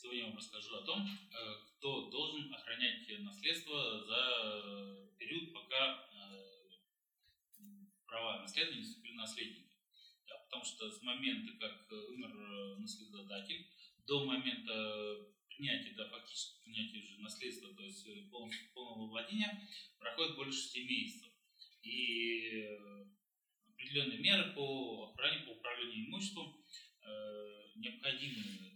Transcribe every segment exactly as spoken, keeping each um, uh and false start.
Сегодня я вам расскажу о том, кто должен охранять наследство за период, пока права наследования не вступили в наследника. Да, потому что с момента, как умер наследодатель, до момента принятия, да, фактически принятия уже наследства, то есть полного, полного владения, проходит больше шести месяцев. И определенные меры по охране, по управлению имуществом э, необходимы.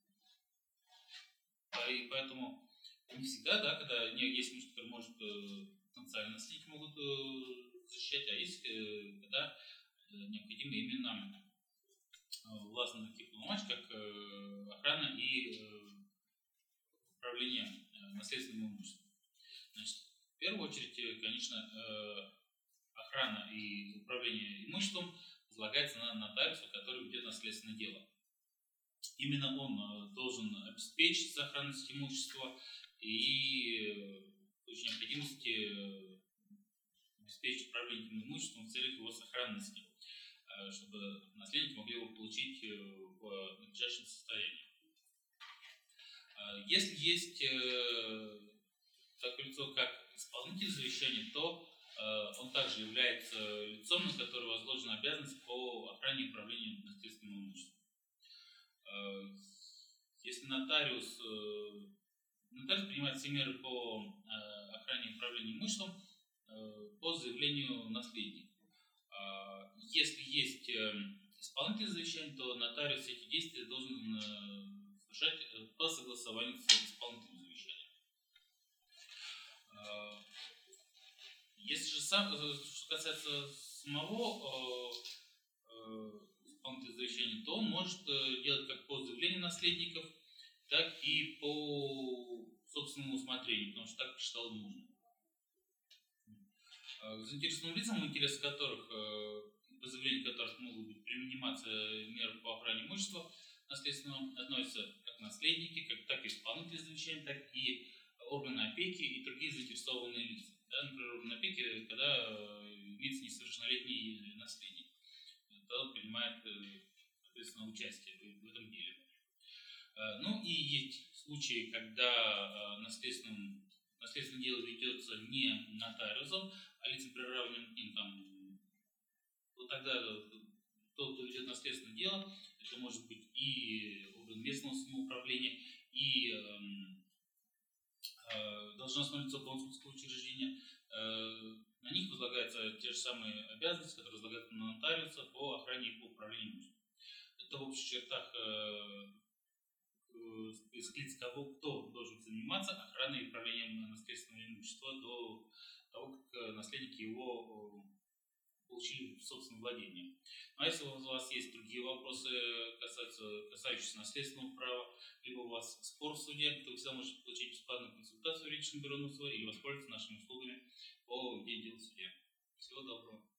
И поэтому не всегда, да, когда есть имущество, которое может потенциально наследники могут защищать, а есть когда необходимы именно властные такие полномочия, как охрана и управление наследственным имуществом. Значит, в первую очередь, конечно, охрана и управление имуществом возлагается на нотариуса, который ведет наследственное дело. Именно он должен обеспечить сохранность имущества и в случае необходимости обеспечить управление этим имуществом в целях его сохранности, чтобы наследники могли его получить в надлежащем состоянии. Если есть такое лицо, как исполнитель завещания, то он также является лицом, на которое возложена обязанность по охране и управлению наследственным имуществом. Если нотариус, нотариус принимает все меры по охране и управлению имуществом по заявлению наследника. Если есть исполнитель завещания, то нотариус эти действия должен совершать по согласованию с исполнителем завещания. Если же сам, что касается самого исполнителя завещания, то он может делать как по заявлению наследников, так и по собственному усмотрению, потому что так посчитал нужно. Заинтересованным лицам, в интересах которых, по заявлению которых могут быть приниматься меры по охране имущества наследственного, относятся как наследники, как, так и исполнители завещания, так и органы опеки и другие заинтересованные лица. Да, например, органы опеки, когда имеется несовершеннолетний наследник, то он принимает, соответственно, участие в этом деле. Ну и есть случаи, когда наследственным, наследственное дело ведется не нотариусом, а лицом, приравненным к ним, там, вот тогда тот, кто ведет наследственное дело, это может быть и орган местного самоуправления, и э, э, должностное лицо консульского учреждения. Э, на них возлагаются те же самые обязанности, которые возлагаются на нотариуса по охране и по управлению имуществом. Это в общих чертах э, из лиц того, кто должен заниматься охраной и управлением наследственного имущества до того, как наследники его получили в собственное владение. Ну, а если у вас есть другие вопросы, касающиеся наследственного права, либо у вас спор в суде, то вы всегда можете получить бесплатную консультацию в юридическом бюро НУСВ или воспользоваться нашими услугами по ведению дел в суде. Всего доброго.